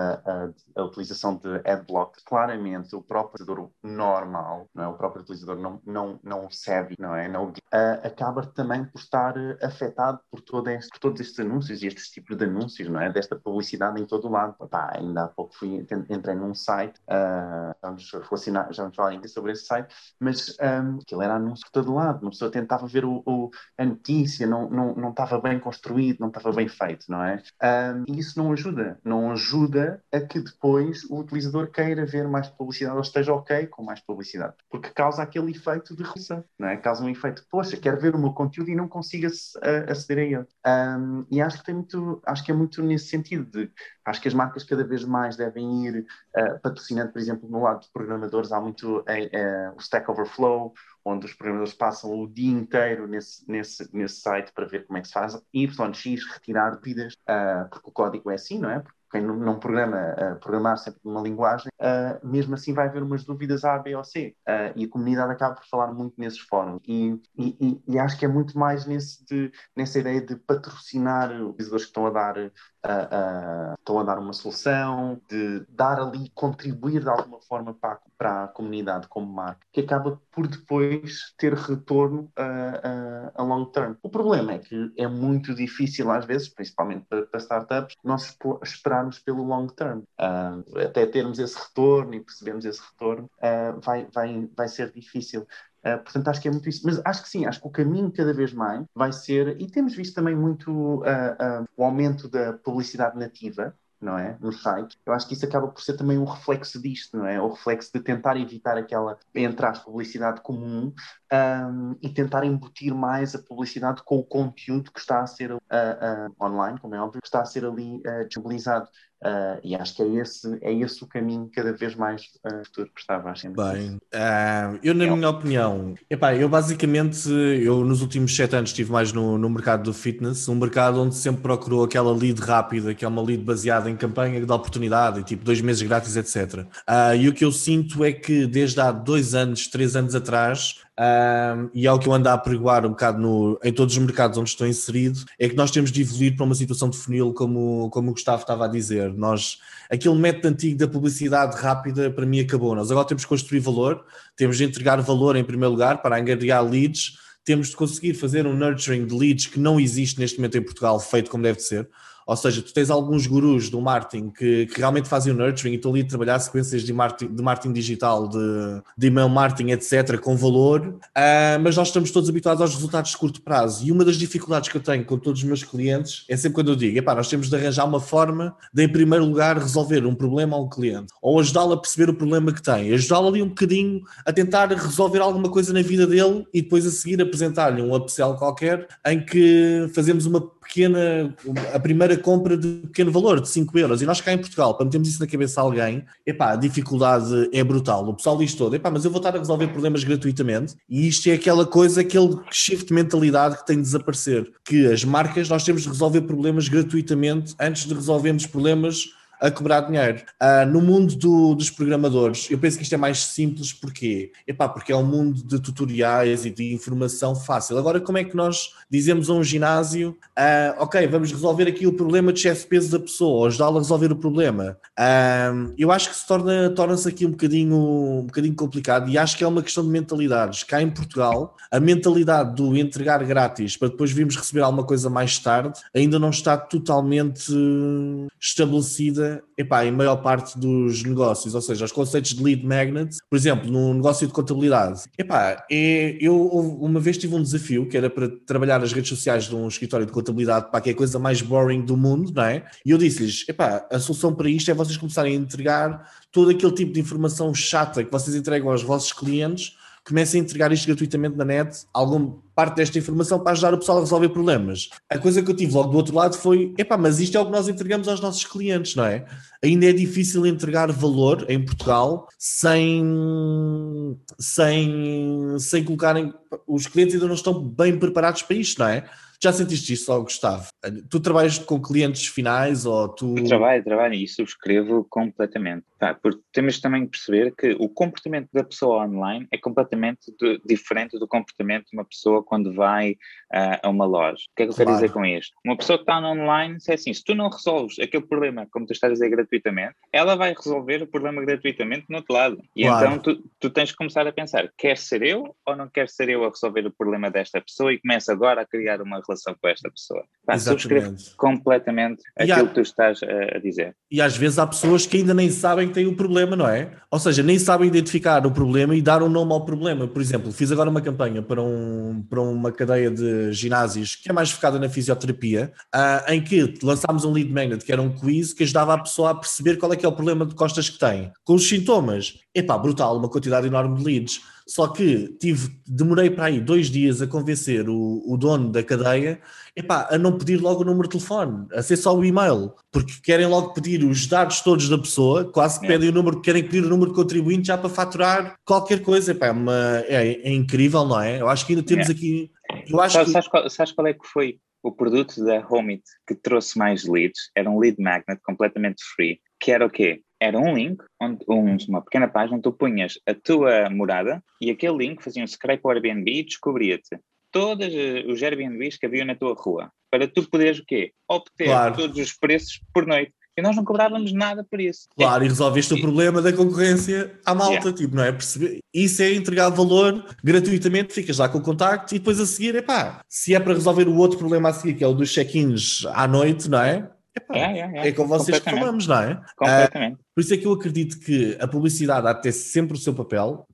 a utilização de adblock, claramente o próprio utilizador normal, não é? O próprio utilizador não savvy, não é? Acaba também por estar afetado por todos estes anúncios e estes tipos de anúncios, não é? Desta publicidade em todo o lado. Ainda há pouco entrei num site, já vamos falar ainda sobre esse site, mas aquilo era anúncio por todo lado, uma pessoa tentava ver a notícia, não estava bem construído, não estava bem feito, não é? E isso não ajuda a que depois o utilizador queira ver mais publicidade ou esteja ok com mais publicidade, porque causa aquele efeito de repulsa, não é? Causa um efeito, poxa, quero ver o meu conteúdo e não consigo aceder a ele. E acho que é muito nesse sentido acho que as marcas cada vez mais devem ir patrocinando, por exemplo, no lado de programadores há muito o Stack Overflow, onde os programadores passam o dia inteiro nesse site para ver como é que se faz YX, retirar dúvidas, porque o código é assim, não é? Porque quem não programar sempre numa linguagem, mesmo assim vai haver umas dúvidas A, B ou C. E a comunidade acaba por falar muito nesses fóruns. E acho que é muito mais nessa ideia de patrocinar os utilizadores que estão a dar uma solução, de dar ali, contribuir de alguma forma para a comunidade como marca, que acaba por depois ter retorno a long term. O problema é que é muito difícil às vezes, principalmente para startups, nós esperarmos pelo long term. Até termos esse retorno e percebermos esse retorno, vai ser difícil. Portanto, acho que é muito isso. Mas acho que sim, acho que o caminho cada vez mais vai ser, e temos visto também muito o aumento da publicidade nativa, não é? No site. Eu acho que isso acaba por ser também um reflexo disto, não é? O reflexo de tentar evitar aquela, entre as publicidade comum, e tentar embutir mais a publicidade com o conteúdo que está a ser online, como é óbvio, que está a ser ali disponibilizado. E acho que é esse o caminho cada vez mais futuro que estava a ser. Bem, eu na minha opinião, eu basicamente, nos últimos 7 anos estive mais no mercado do fitness, um mercado onde sempre procurou aquela lead rápida, que é uma lead baseada em campanha de oportunidade, e tipo 2 meses grátis, etc. E o que eu sinto é que desde há 2 anos, 3 anos atrás, e é o que eu ando a apregoar um bocado em todos os mercados onde estou inserido, é que nós temos de evoluir para uma situação de funil, como o Gustavo estava a dizer. Aquele método antigo da publicidade rápida para mim acabou. Nós agora temos de construir valor, temos de entregar valor em primeiro lugar para angariar leads, temos de conseguir fazer um nurturing de leads que não existe neste momento em Portugal, feito como deve de ser. Ou seja, tu tens alguns gurus do marketing que realmente fazem o nurturing e estão ali a trabalhar sequências de marketing digital, de email marketing, etc., com valor, mas nós estamos todos habituados aos resultados de curto prazo. E uma das dificuldades que eu tenho com todos os meus clientes é sempre quando eu digo, nós temos de arranjar uma forma de, em primeiro lugar, resolver um problema a um cliente, ou ajudá-lo a perceber o problema que tem, ajudá-lo ali um bocadinho a tentar resolver alguma coisa na vida dele e depois a seguir apresentar-lhe um upsell qualquer em que fazemos a primeira compra de pequeno valor, de 5 euros. E nós cá em Portugal, para metermos isso na cabeça a alguém, a dificuldade é brutal. O pessoal diz todo, mas eu vou estar a resolver problemas gratuitamente, e isto é aquela coisa, aquele shift de mentalidade que tem de desaparecer, que as marcas, nós temos de resolver problemas gratuitamente antes de resolvermos problemas a cobrar dinheiro. No mundo dos programadores, eu penso que isto é mais simples, porquê? Porque é um mundo de tutoriais e de informação fácil. Agora, como é que nós dizemos a um ginásio, ok, vamos resolver aqui o problema de excesso de peso da pessoa, ou ajudá-la a resolver o problema? Eu acho que torna-se aqui um bocadinho complicado, e acho que é uma questão de mentalidades. Cá em Portugal, a mentalidade do entregar grátis para depois virmos receber alguma coisa mais tarde ainda não está totalmente estabelecida em maior parte dos negócios. Ou seja, os conceitos de lead magnet, por exemplo, no negócio de contabilidade, eu uma vez tive um desafio que era para trabalhar as redes sociais de um escritório de contabilidade, que é a coisa mais boring do mundo, não é? E eu disse-lhes, a solução para isto é vocês começarem a entregar todo aquele tipo de informação chata que vocês entregam aos vossos clientes, comecem a entregar isto gratuitamente na net, alguma parte desta informação para ajudar o pessoal a resolver problemas. A coisa que eu tive logo do outro lado foi, mas isto é o que nós entregamos aos nossos clientes, não é? Ainda é difícil entregar valor em Portugal sem colocarem... Os clientes ainda não estão bem preparados para isto, não é? Já sentiste isto, Gustavo? Tu trabalhas com clientes finais ou tu... Eu trabalho e subscrevo completamente. Porque temos também que perceber que o comportamento da pessoa online é completamente diferente do comportamento de uma pessoa quando vai a uma loja. O que é que eu quero dizer com isto? Uma pessoa que está no online, se é assim, se tu não resolves aquele problema, como tu estás a dizer, gratuitamente, ela vai resolver o problema gratuitamente no outro lado. E então tu tens que começar a pensar, quer ser eu ou não quer ser eu a resolver o problema desta pessoa, e começa agora a criar uma relação com esta pessoa. Subscrevo completamente aquilo que tu estás a dizer. E às vezes há pessoas que ainda nem sabem que têm o problema, não é? Ou seja, nem sabem identificar o problema e dar um nome ao problema. Por exemplo, fiz agora uma campanha para uma cadeia de ginásios que é mais focada na fisioterapia, em que lançámos um lead magnet, que era um quiz que ajudava a pessoa a perceber qual é que é o problema de costas que tem. Com os sintomas, brutal, uma quantidade enorme de leads. Só que demorei para aí 2 dias a convencer o dono da cadeia a não pedir logo o número de telefone, a ser só o e-mail, porque querem logo pedir os dados todos da pessoa, quase que pedem querem pedir o número de contribuinte já para faturar qualquer coisa. É incrível, não é? Eu acho que ainda temos aqui... Sabes qual é que foi o produto da Homeit que trouxe mais leads? Era um lead magnet completamente free, que era o quê? Era um link, uma pequena página onde tu punhas a tua morada, e aquele link fazia um scrape ao Airbnb e descobria-te todos os Airbnbs que haviam na tua rua, para tu poderes o quê? Obter todos os preços por noite. E nós não cobrávamos nada por isso. Claro, e resolveste o problema da concorrência à malta, não é? Perceber? Isso é entregar valor gratuitamente, ficas lá com o contacto, e depois a seguir, se é para resolver o outro problema a seguir, que é o dos check-ins à noite, não é? É com vocês que falamos, não é? Completamente. Por isso é que eu acredito que a publicidade há de ter sempre o seu papel,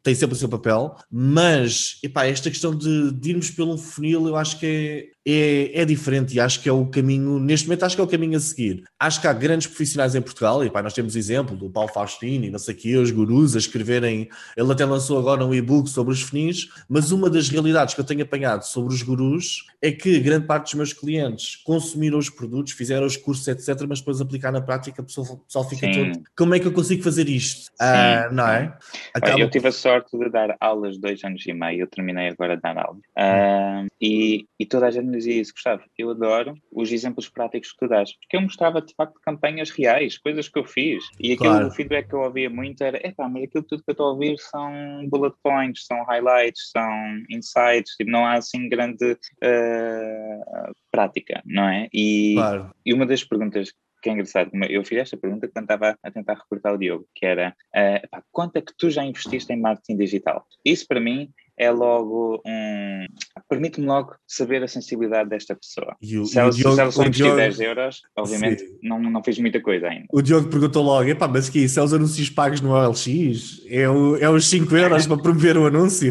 mas esta questão de irmos pelo funil, eu acho que é diferente, e acho que é o caminho, neste momento acho que é o caminho a seguir. Acho que há grandes profissionais em Portugal, e nós temos o exemplo do Paulo Faustino e não sei o quê, os gurus a escreverem, ele até lançou agora um e-book sobre os funis, mas uma das realidades que eu tenho apanhado sobre os gurus é que grande parte dos meus clientes consumiram os produtos, fizeram os cursos, etc., mas depois aplicar na prática, o pessoal fica todo... Como é que eu consigo fazer isto? Não é? Eu tive a sorte de dar aulas 2 anos e meio, eu terminei agora de dar aulas. E toda a gente me dizia isso, Gustavo, eu adoro os exemplos práticos que tu dás, porque eu mostrava de facto campanhas reais, coisas que eu fiz. E o feedback que eu ouvia muito era, mas aquilo tudo que eu estou a ouvir são bullet points, são highlights, são insights, não há assim grande prática, não é? E uma das perguntas que é engraçado, eu fiz esta pergunta quando estava a tentar recrutar o Diogo, que era, quanto é que tu já investiste em marketing digital? Isso para mim é logo permite-me logo saber a sensibilidade desta pessoa. Se ela só investir 10 euros, obviamente não fiz muita coisa ainda. O Diogo perguntou logo, epá, mas que isso? É os anúncios pagos no OLX? É os 5 euros para promover o anúncio?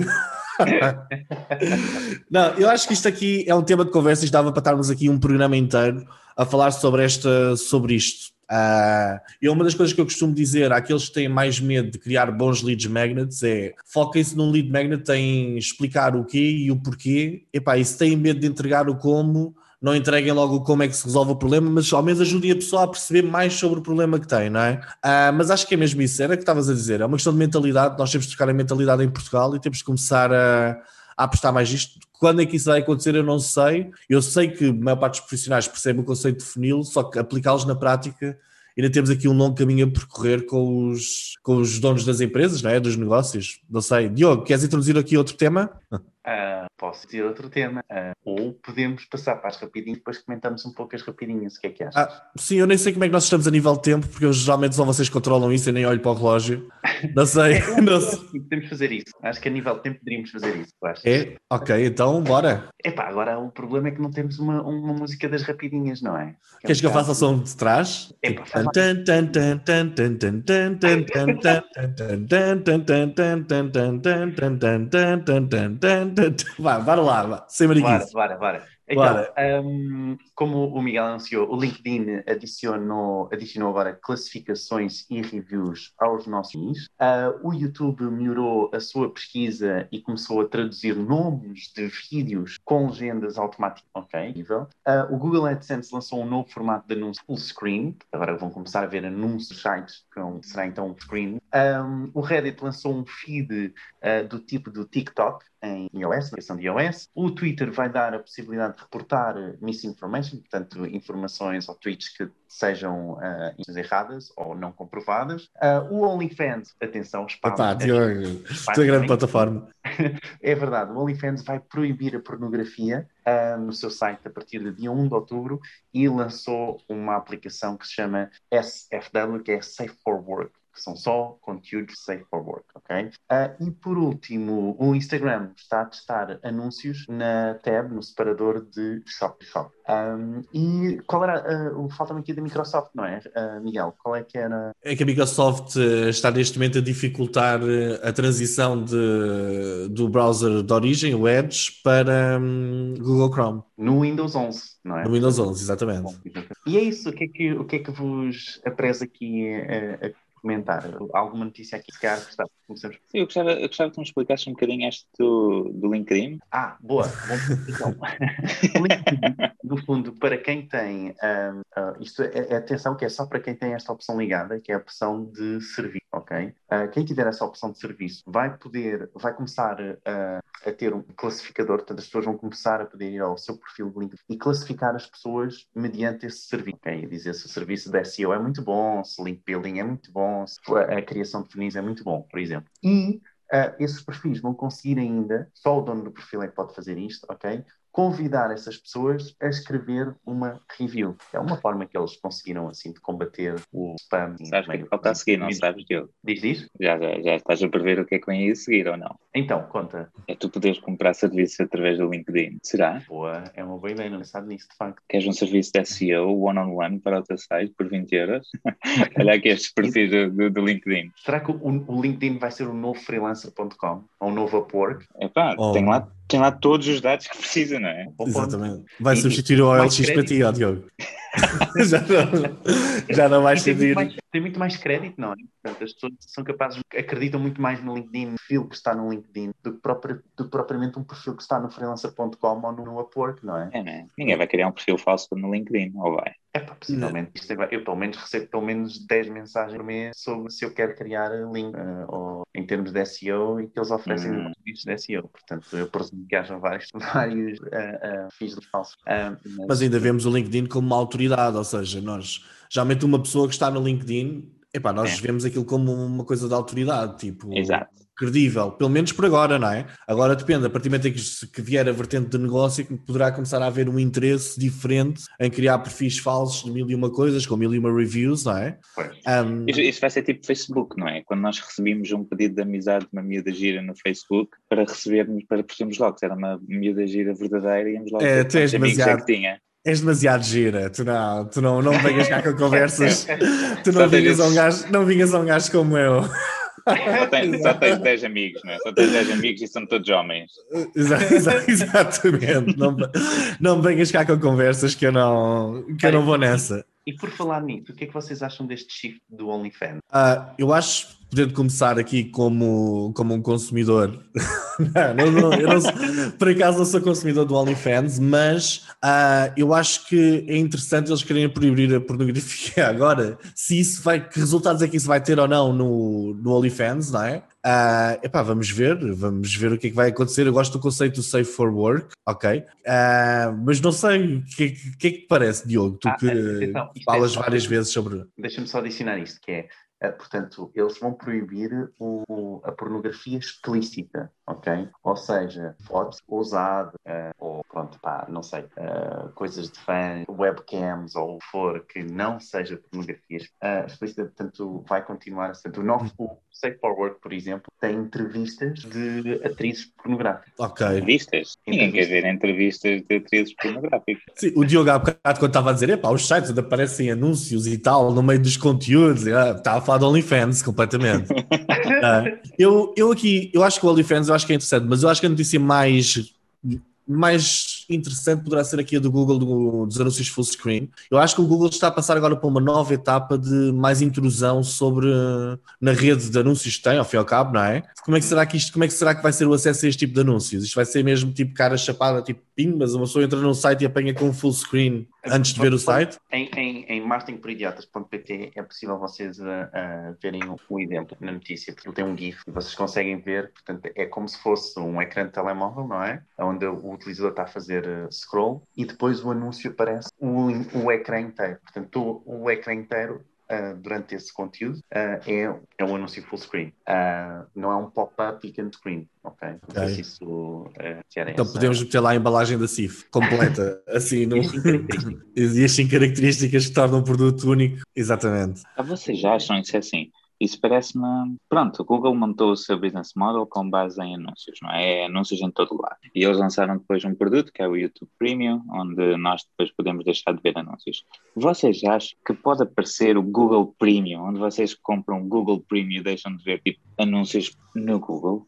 Não, eu acho que isto aqui é um tema de conversa e dava para estarmos aqui um programa inteiro a falar sobre isto. E uma das coisas que eu costumo dizer àqueles que têm mais medo de criar bons leads magnets é foquem-se num lead magnet em explicar o quê e o porquê. Epá, e se têm medo de entregar o como, não entreguem logo o como é que se resolve o problema, mas ao menos ajudem a pessoa a perceber mais sobre o problema que tem, não é? Mas acho que é mesmo isso, era o que estavas a dizer, é uma questão de mentalidade, nós temos de trocar a mentalidade em Portugal e temos de começar a apostar mais isto. Quando é que isso vai acontecer eu não sei. Eu sei que a maior parte dos profissionais percebe o conceito de funil, só que aplicá-los na prática ainda temos aqui um longo caminho a percorrer com os donos das empresas, não é? Dos negócios. Não sei. Diogo, queres introduzir aqui outro tema? Posso dizer outro tema. Ou podemos passar para as rapidinhas e depois comentamos um pouco as rapidinhas. O que é que achas? Sim, eu nem sei como é que nós estamos a nível de tempo, porque geralmente só vocês controlam isso, eu nem olho para o relógio. Não sei. Podemos fazer isso. Acho que a nível de tempo poderíamos fazer isso. É? Ok, então bora. Agora o problema é que não temos uma música das rapidinhas, não é? Queres que eu faça o som de trás? Bora lá, sem mariquice. Bora. Então, como o Miguel anunciou, o LinkedIn adicionou agora classificações e reviews aos nossos links. O YouTube melhorou a sua pesquisa e começou a traduzir nomes de vídeos com legendas automáticas. Ok, nível. O Google AdSense lançou um novo formato de anúncio full screen. Agora vão começar a ver anúncios de sites, que será então um screen. O Reddit lançou um feed do tipo do TikTok em iOS, na versão de iOS. O Twitter vai dar a possibilidade de reportar misinformation, portanto, informações ou tweets que sejam erradas ou não comprovadas. O OnlyFans, atenção, Diogo, tua grande plataforma. É verdade, o OnlyFans vai proibir a pornografia no seu site a partir do dia 1 de outubro e lançou uma aplicação que se chama SFW, que é Safe for Work, que são só conteúdos safe for work, ok? E por último, o Instagram está a testar anúncios na tab, no separador de Shop. E qual era, falta-me aqui da Microsoft, não é, Miguel? Qual é que era? É que a Microsoft está neste momento a dificultar a transição do browser de origem, o Edge, para Google Chrome. No Windows 11, não é? No Windows 11, exatamente. Bom, e é isso, o que é que vos apressa aqui a comentar? Alguma notícia aqui? Se calhar, começamos. Sim, eu gostava que me explicasses um bocadinho este do LinkedIn. Boa. Então, o LinkedIn, no fundo, para quem tem, atenção que é só para quem tem esta opção ligada, que é a opção de serviço, ok? Quem tiver essa opção de serviço vai começar a ter um classificador, portanto as pessoas vão começar a poder ir ao seu perfil de LinkedIn e classificar as pessoas mediante esse serviço, ok? A dizer se o serviço de SEO é muito bom, se o link building é muito bom, se a criação de funis é muito bom, por exemplo. E esses perfis vão conseguir ainda, só o dono do perfil é que pode fazer isto, ok? Convidar essas pessoas a escrever uma review. É uma forma que eles conseguiram, assim, de combater o spam. Sabes o que é que falta a seguir, não sabes, Diogo? Diz? Já estás a prever o que é que vem aí a seguir, ou não? Então, conta. É tu poderes comprar serviços através do LinkedIn. Será? Boa, é uma boa ideia, não pensado nisso, de facto. Queres um serviço de SEO one-on-one para o teu site por 20 euros? Olha aqui estes perfis do LinkedIn. Será que o LinkedIn vai ser o novo freelancer.com? Ou o novo Upwork? Tem lá todos os dados que precisa, não é? Exatamente. Vai substituir o OLX para ti, Diogo. já não vais servir. Tem muito mais crédito, não é? Portanto, as pessoas são capazes, acreditam muito mais no LinkedIn, no perfil que está no LinkedIn, do que propriamente um perfil que está no freelancer.com ou no Upwork, não é? Não é? Ninguém vai criar um perfil falso no LinkedIn, ou vai? Possivelmente. Eu pelo menos recebo pelo menos 10 mensagens por mês sobre se eu quero criar link ou em termos de SEO e que eles oferecem serviços de SEO. Portanto, eu presumo que hajam vários fins de falsos. Mas ainda vemos o LinkedIn como uma autoridade, ou seja, nós, geralmente uma pessoa que está no LinkedIn, nós vemos aquilo como uma coisa de autoridade, tipo... Exato. credível, pelo menos por agora, não é? Agora depende, a partir do momento em que vier a vertente de negócio, que poderá começar a haver um interesse diferente em criar perfis falsos de mil e uma coisas, com mil e uma reviews, não é? Isso vai ser tipo Facebook, não é? Quando nós recebíamos um pedido de amizade de uma miúda gira no Facebook, para percebermos logo se era uma miúda gira verdadeira, íamos logo ver quantos amigos é que tinha. És demasiado gira, tu não me venhas cá com conversas, tu não vinhas a um gajo como eu. Só tens 10 amigos, não é? Só tens 10 amigos e são todos homens. Exatamente. Não me venhas cá com conversas que eu não vou nessa. E por falar nisso, o que é que vocês acham deste shift do OnlyFans? Eu acho, podendo começar aqui como um consumidor, por acaso não sou consumidor do OnlyFans, mas eu acho que é interessante eles querem proibir a pornografia agora. Que resultados é que isso vai ter ou não no OnlyFans, não é? Vamos ver o que é que vai acontecer. Eu gosto do conceito do Safe for Work, ok? Mas não sei, o que é que te parece, Diogo? Tu que falas várias vezes sobre... Deixa-me só adicionar isto, que é, portanto, eles vão proibir a pornografia explícita, ok? Ou seja, fotos ousadas, ou pronto, não sei, coisas de fãs, webcams ou o que for, que não seja pornografia explícita, portanto, vai continuar a ser. O Safe for Work, por exemplo, tem entrevistas de atrizes pornográficas. Ok. Entrevistas? Ninguém quer ver entrevistas de atrizes pornográficas. Sim, o Diogo há bocado quando estava a dizer, os sites onde aparecem anúncios e tal, no meio dos conteúdos, estava a falar de OnlyFans completamente. Eu acho que o OnlyFans é interessante, mas eu acho que a notícia mais interessante poderá ser aqui a do Google dos anúncios full screen. Eu acho que o Google está a passar agora para uma nova etapa de mais intrusão na rede de anúncios que tem, ao fim e ao cabo, não é? Como é que será que vai ser o acesso a este tipo de anúncios? Isto vai ser mesmo tipo cara chapada, tipo ping, mas uma pessoa entra num site e apanha com um full screen antes de ver o site? Em marketingporidiotas.pt é possível vocês verem o exemplo na notícia, porque ele tem um GIF e vocês conseguem ver, portanto, é como se fosse um ecrã de telemóvel, não é? Onde o utilizador está a fazer scroll e depois o anúncio aparece o ecrã inteiro. Portanto, o ecrã inteiro durante esse conteúdo é um anúncio full screen. Não é um pop-up e can screen, ok? Não sei se isso então podemos meter lá a embalagem da CIF completa, assim, e as 5 características que tornam um produto único. Exatamente. Vocês já acham isso assim? Isso parece-me... Pronto, o Google montou o seu business model com base em anúncios, não é? É anúncios em todo lado. E eles lançaram depois um produto, que é o YouTube Premium, onde nós depois podemos deixar de ver anúncios. Vocês acham que pode aparecer o Google Premium, onde vocês compram o Google Premium e deixam de ver tipo, anúncios no Google?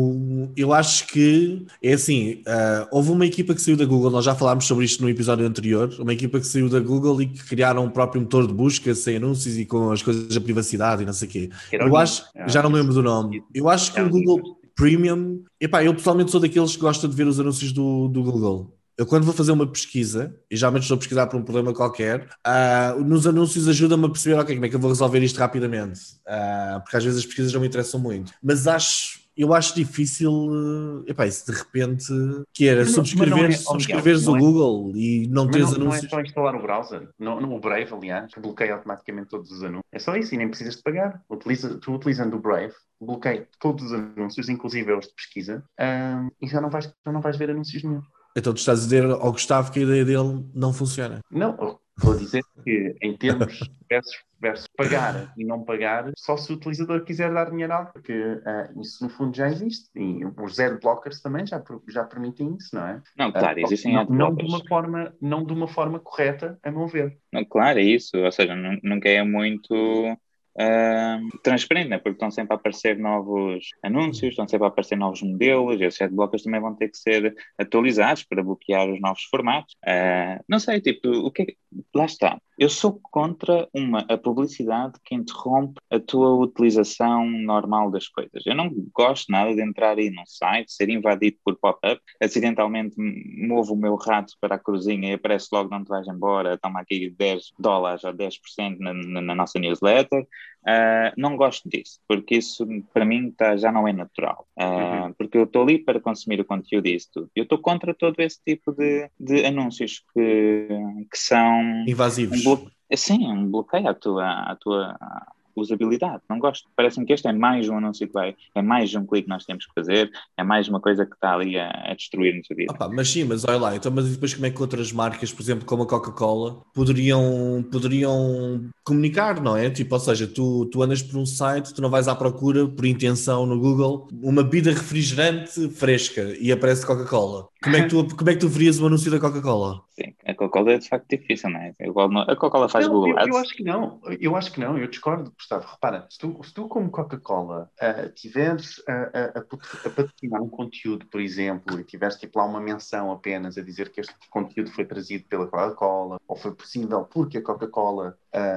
Eu acho que é assim, houve uma equipa que saiu da Google, nós já falámos sobre isto no episódio anterior, uma equipa que saiu da Google e que criaram um próprio motor de busca sem anúncios e com as coisas da privacidade e não sei o quê. Já não me lembro do nome. Eu acho que o Google Premium, eu pessoalmente sou daqueles que gostam de ver os anúncios do Google. Eu quando vou fazer uma pesquisa, e geralmente estou a pesquisar por um problema qualquer, nos anúncios ajuda-me a perceber, ok, como é que eu vou resolver isto rapidamente, porque às vezes as pesquisas não me interessam muito, mas eu acho difícil, isso de repente, que era subscreveres o Google e não teres anúncios. Não é só instalar o browser, o Brave, aliás, que bloqueia automaticamente todos os anúncios. É só isso e nem precisas de pagar. Tu utilizando o Brave, bloqueia todos os anúncios, inclusive os de pesquisa, e já não vais ver anúncios nenhum. Então tu estás a dizer ao Gustavo que a ideia dele não funciona. Não, estou a dizer que em termos versus pagar e não pagar, só se o utilizador quiser dar dinheiro a algo, porque isso no fundo já existe. E os zero blockers também já permitem isso, não é? Não, claro, existem não de uma forma correta, a meu ver. Não, claro, é isso. Ou seja, nunca é muito... transparente, né? Porque estão sempre a aparecer novos anúncios, estão sempre a aparecer novos modelos, e os adblockers também vão ter que ser atualizados para bloquear os novos formatos. Não sei, tipo, o que é que... Lá está. Eu sou contra a publicidade que interrompe a tua utilização normal das coisas. Eu não gosto nada de entrar aí num site, ser invadido por pop-up, acidentalmente movo o meu rato para a cruzinha e aparece logo não te vais embora, toma aqui $10 ou 10% na nossa newsletter. Não gosto disso, porque isso para mim já não é natural. Porque eu estou ali para consumir o conteúdo disso. Eu estou contra todo esse tipo de anúncios que são invasivos. Sim, um bloqueio à tua usabilidade, não gosto. Parece-me que este é mais um anúncio que vai, é mais um clique que nós temos que fazer, é mais uma coisa que está ali a destruir-nos a vida. Mas sim, mas olha lá, então, mas depois como é que outras marcas, por exemplo, como a Coca-Cola, poderiam comunicar, não é? Tipo, ou seja, tu andas por um site, tu não vais à procura, por intenção no Google, uma bebida refrigerante fresca e aparece Coca-Cola. Como é que tu verias o anúncio da Coca-Cola? Sim, a Coca-Cola é de facto difícil, não é? A Coca-Cola faz Não, Google eu Ads. acho que não. Eu acho que não. Eu discordo, Gustavo. Repara, se tu como Coca-Cola, tiveres a patrocinar um conteúdo, por exemplo, e tiveres tipo lá uma menção apenas a dizer que este conteúdo foi trazido pela Coca-Cola, ou foi possível porque a Coca-Cola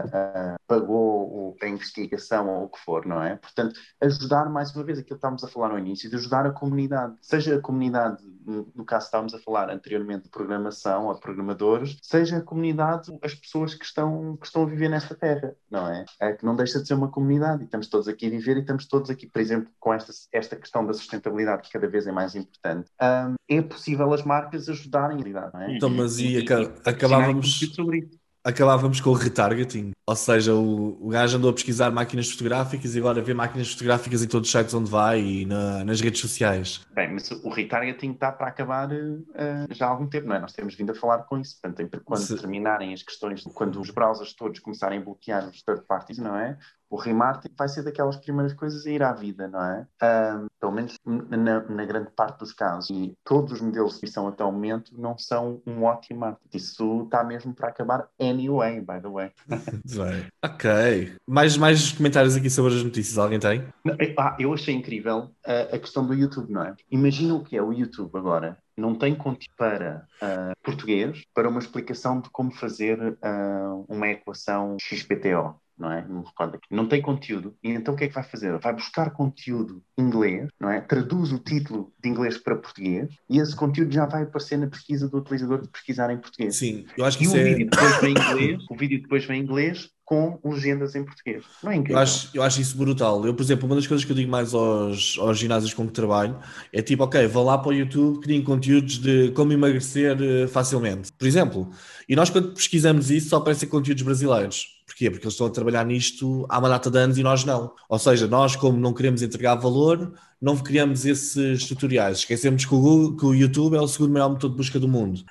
pagou a investigação ou o que for, não é? Portanto, ajudar mais uma vez aquilo que estávamos a falar no início, de ajudar a comunidade. Seja a comunidade, no caso estávamos a falar anteriormente de programação ou de programadores, seja a comunidade, as pessoas que estão a viver nesta terra, não é? É que não deixa de ser uma comunidade e estamos todos aqui a viver e estamos todos aqui, por exemplo, com esta questão da sustentabilidade que cada vez é mais importante. É possível as marcas ajudarem a realidade, não é? Então, mas Patrocinarem conteúdo sobre isso. acabávamos com o retargeting, ou seja, o gajo andou a pesquisar máquinas fotográficas e agora vê máquinas fotográficas em todos os sites onde vai e nas redes sociais. Bem, mas o retargeting está para acabar já há algum tempo, não é? Nós temos vindo a falar com isso. Portanto, quando terminarem as questões, quando os browsers todos começarem a bloquear os third parties, não é? O remarketing vai ser daquelas primeiras coisas a ir à vida, não é? Pelo menos na grande parte dos casos. E todos os modelos de edição até o momento não são um ótimo marketing. Isso está mesmo para acabar anyway, by the way. Bem, ok. Mais comentários aqui sobre as notícias, alguém tem? Eu achei incrível a questão do YouTube, não é? Imagina o que é o YouTube agora. Não tem conteúdo para português, para uma explicação de como fazer uma equação XPTO. Não é? Não me recordo aqui. Não tem conteúdo. E então o que é que vai fazer? Vai buscar conteúdo em inglês, não é? Traduz o título de inglês para português e esse conteúdo já vai aparecer na pesquisa do utilizador de pesquisar em português. Sim, eu acho que E isso o vídeo depois vem em inglês, o vídeo depois vem em inglês com legendas em português. Não é incrível? Eu acho isso brutal. Eu, por exemplo, uma das coisas que eu digo mais aos ginásios com que trabalho é tipo, ok, vão lá para o YouTube, criem conteúdos de como emagrecer facilmente, por exemplo. E nós, quando pesquisamos isso, só aparecem conteúdos brasileiros. Porquê? Porque eles estão a trabalhar nisto há uma data de anos e nós não. Ou seja, nós, como não queremos entregar valor, não criamos esses tutoriais. Esquecemos que o YouTube é o segundo maior motor de busca do mundo.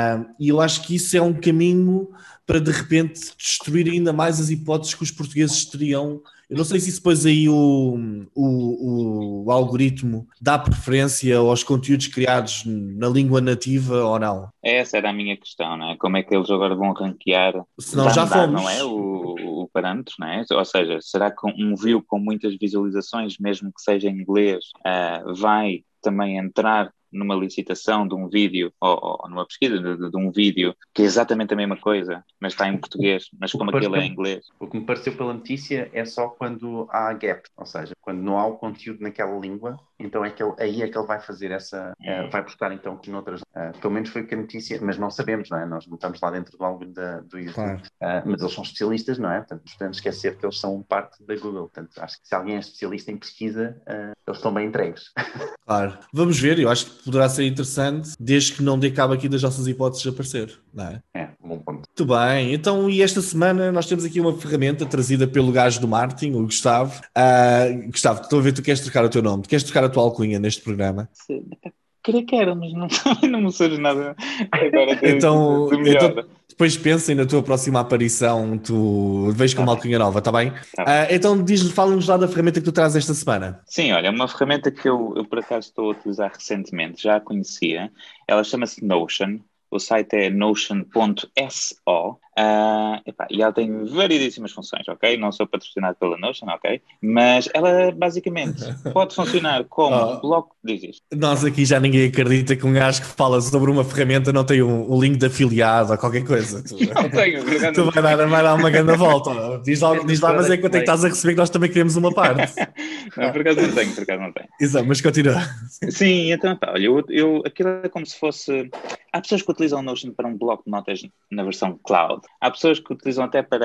E eu acho que isso é um caminho para, de repente, destruir ainda mais as hipóteses que os portugueses teriam. Eu não sei se isso depois aí o algoritmo dá preferência aos conteúdos criados na língua nativa ou não. Essa era a minha questão, não é? Como é que eles agora vão ranquear? Se nós já fomos. Não é? O parâmetro, não é? Ou seja, será que um view com muitas visualizações, mesmo que seja em inglês, vai também entrar numa licitação de um vídeo ou numa pesquisa de um vídeo que é exatamente a mesma coisa, mas está em português, mas como aquele é em inglês? O que me pareceu pela notícia é só quando há gap, ou seja, quando não há o conteúdo naquela língua, então aí é que ele vai fazer vai buscar então que noutras, pelo menos foi o que a notícia, mas não sabemos, não é? Nós não estamos lá dentro do algoritmo do YouTube, claro. Mas eles são especialistas, não é? Portanto, não podemos esquecer que eles são parte da Google, portanto, acho que se alguém é especialista em pesquisa, eles estão bem entregues. Claro, vamos ver, eu acho que poderá ser interessante, desde que não dê cabo aqui das nossas hipóteses de aparecer, não é? Bom ponto. Muito bem, então e esta semana nós temos aqui uma ferramenta trazida pelo gajo do marketing, o Gustavo. Gustavo, estou a ver que tu queres trocar o teu nome, tu queres trocar a tua alcunha neste programa? Sim, quero, mas não me surge nada agora então, depois pensem na tua próxima aparição, tu vês com uma alcunha nova, está bem? Então fala-nos lá da ferramenta que tu trazes esta semana. Sim, olha, uma ferramenta que eu por acaso estou a utilizar recentemente, já a conhecia, ela chama-se Notion. O site é notion.so e ela tem variedíssimas funções, ok? Não sou patrocinado pela Notion, ok? Mas ela basicamente pode funcionar como um bloco de isto. Nós aqui já ninguém acredita que um gajo que fala sobre uma ferramenta não tem um link de afiliado ou qualquer coisa. Não tenho. Tu vai dar uma grande volta. Diz lá, mas é quanto é que estás a receber que nós também queremos uma parte. Não, por acaso não tenho. Exato, mas continua. Sim, então olha, aquilo é como se fosse... Há pessoas que utilizam o Notion para um bloco de notas na versão cloud. Há pessoas que utilizam até para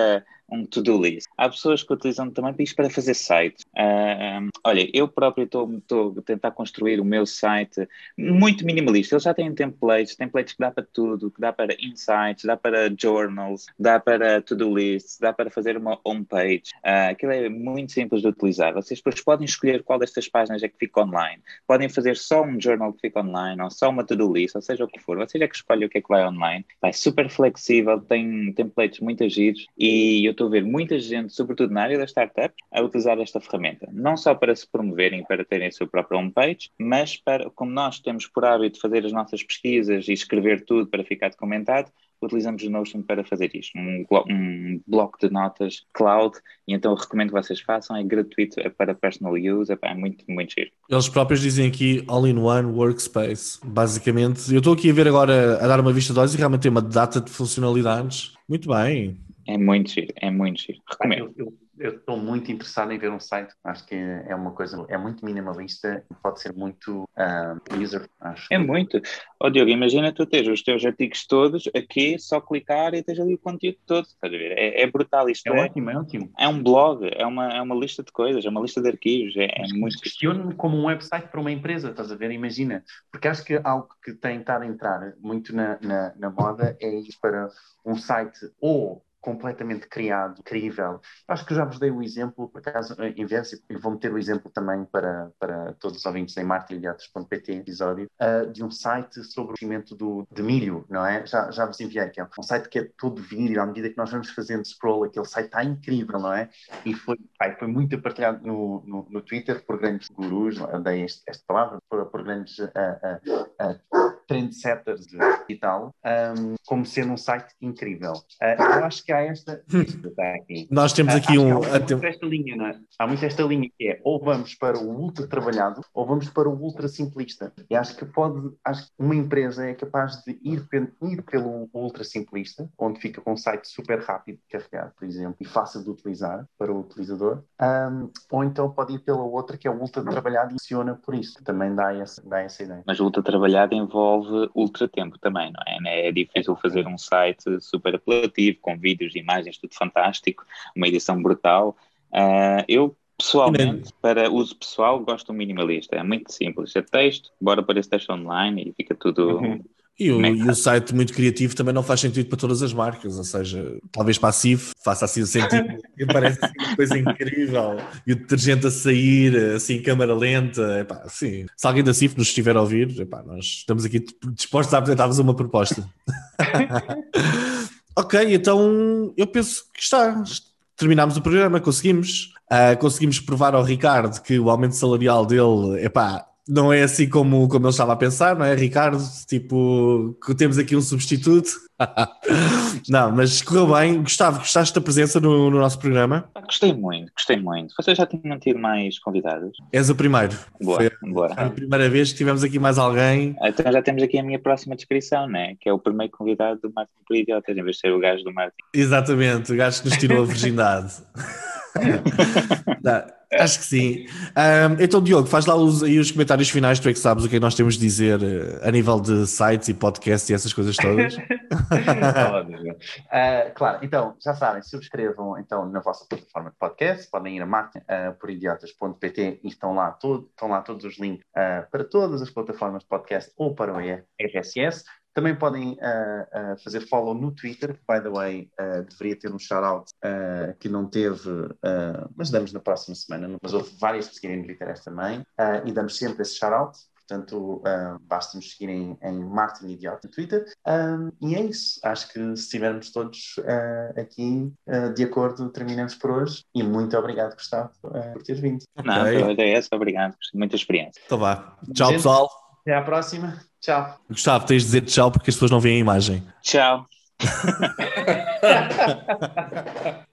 um to-do list. Há pessoas que utilizam também isto para fazer sites. Olha, eu próprio estou a tentar construir o meu site muito minimalista. Eles já têm templates que dá para tudo, que dá para insights, dá para journals, dá para to-do lists, dá para fazer uma homepage. Aquilo é muito simples de utilizar. Vocês depois podem escolher qual destas páginas é que fica online. Podem fazer só um journal que fica online, ou só uma to-do list, ou seja o que for. Vocês é que escolhem o que é que vai online. Vai super flexível, tem templates muito giros e eu estou a ver muita gente, sobretudo na área das startups, a utilizar esta ferramenta. Não só para se promoverem, para terem a sua própria homepage, mas para, como nós temos por hábito fazer as nossas pesquisas e escrever tudo para ficar documentado, utilizamos o Notion para fazer isto, um bloco de notas cloud, e então eu recomendo que vocês façam, é gratuito, é para personal use, é muito, muito giro. Eles próprios dizem aqui All-in-One Workspace. Basicamente, eu estou aqui a ver agora, a dar uma vista de olhos e realmente tem uma data de funcionalidades. Muito bem. É muito giro, recomendo. Eu estou muito interessado em ver um site. Acho que é uma coisa, é muito minimalista e pode ser muito user, acho. É muito. Diogo, imagina tu teres os teus artigos todos aqui, só clicar e tens ali o conteúdo todo, estás a ver? É brutal isto. É ótimo, é ótimo. É um blog, é uma lista de coisas, é uma lista de arquivos, é muito... Questiono-me como um website para uma empresa, estás a ver? Imagina, porque acho que algo que tem estado a entrar muito na moda é ir para um site ou completamente criado, incrível. Acho que já vos dei o exemplo, por acaso, em vez, e vou meter o exemplo também para todos os ouvintes em marketingiliatos.pt, episódio, de um site sobre o crescimento de milho, não é? Já vos enviei, que é um site que é todo vídeo, à medida que nós vamos fazendo scroll, aquele site está incrível, não é? E foi muito partilhado no Twitter por grandes gurus, dei esta palavra, por grandes trendsetters e tal, como sendo um site incrível. Eu acho que há esta aqui. Nós temos aqui esta linha, não é? Há muito esta linha que é ou vamos para o ultra trabalhado ou vamos para o ultra simplista. E acho que uma empresa é capaz de ir pelo ultra simplista, onde fica com um site super rápido de carregar, por exemplo, e fácil de utilizar para o utilizador, ou então pode ir pela outra que é o ultra trabalhado e funciona por isso, que também dá essa ideia. Mas o ultra trabalhado envolve ultra tempo também, não é? É difícil fazer um site super apelativo, com vídeos e imagens, tudo fantástico, uma edição brutal. Eu, pessoalmente, para uso pessoal, gosto do minimalista. É muito simples. É texto, bora para esse texto online e fica tudo... E o site muito criativo também não faz sentido para todas as marcas, ou seja, talvez para a CIF faça assim o sentido e parece assim uma coisa incrível e o detergente a sair assim em câmara lenta, epá, assim, se alguém da CIF nos estiver a ouvir, epá, nós estamos aqui dispostos a apresentar-vos uma proposta. Ok, então eu penso que terminámos o programa, conseguimos provar ao Ricardo que o aumento salarial dele, epá, não é assim como ele estava a pensar, não é, Ricardo? Tipo, que temos aqui um substituto. Não, mas correu bem. Gustavo, gostaste da presença no nosso programa? Gostei muito. Vocês já tinham tido mais convidados? És o primeiro. Foi a primeira vez que tivemos aqui mais alguém. Então já temos aqui a minha próxima descrição, né? Que é o primeiro convidado do Marketing por Idiotas, em vez de ser o gajo do marketing. Exatamente, o gajo que nos tirou a virgindade. Não, acho que sim. Então, Diogo, faz lá aí os comentários finais, tu é que sabes o que é que nós temos de dizer a nível de sites e podcasts e essas coisas todas. Claro, então, já sabem, subscrevam então na vossa plataforma de podcast, podem ir a marketingporidiotas.pt e estão lá todos os links para todas as plataformas de podcast ou para o RSS. Também podem fazer follow no Twitter, que, by the way, deveria ter um shout-out que não teve, mas damos na próxima semana. Mas houve várias que seguirem no Twitter também, e damos sempre esse shout-out. Portanto, basta nos seguirem em Martin Idiota no Twitter. E é isso. Acho que se estivermos todos aqui de acordo, terminamos por hoje. E muito obrigado, Gustavo, por teres vindo. Não, é essa. Obrigado. Muita experiência. Então vá. Tchau, pessoal. Até à próxima. Tchau. Gustavo, tens de dizer tchau porque as pessoas não veem a imagem. Tchau.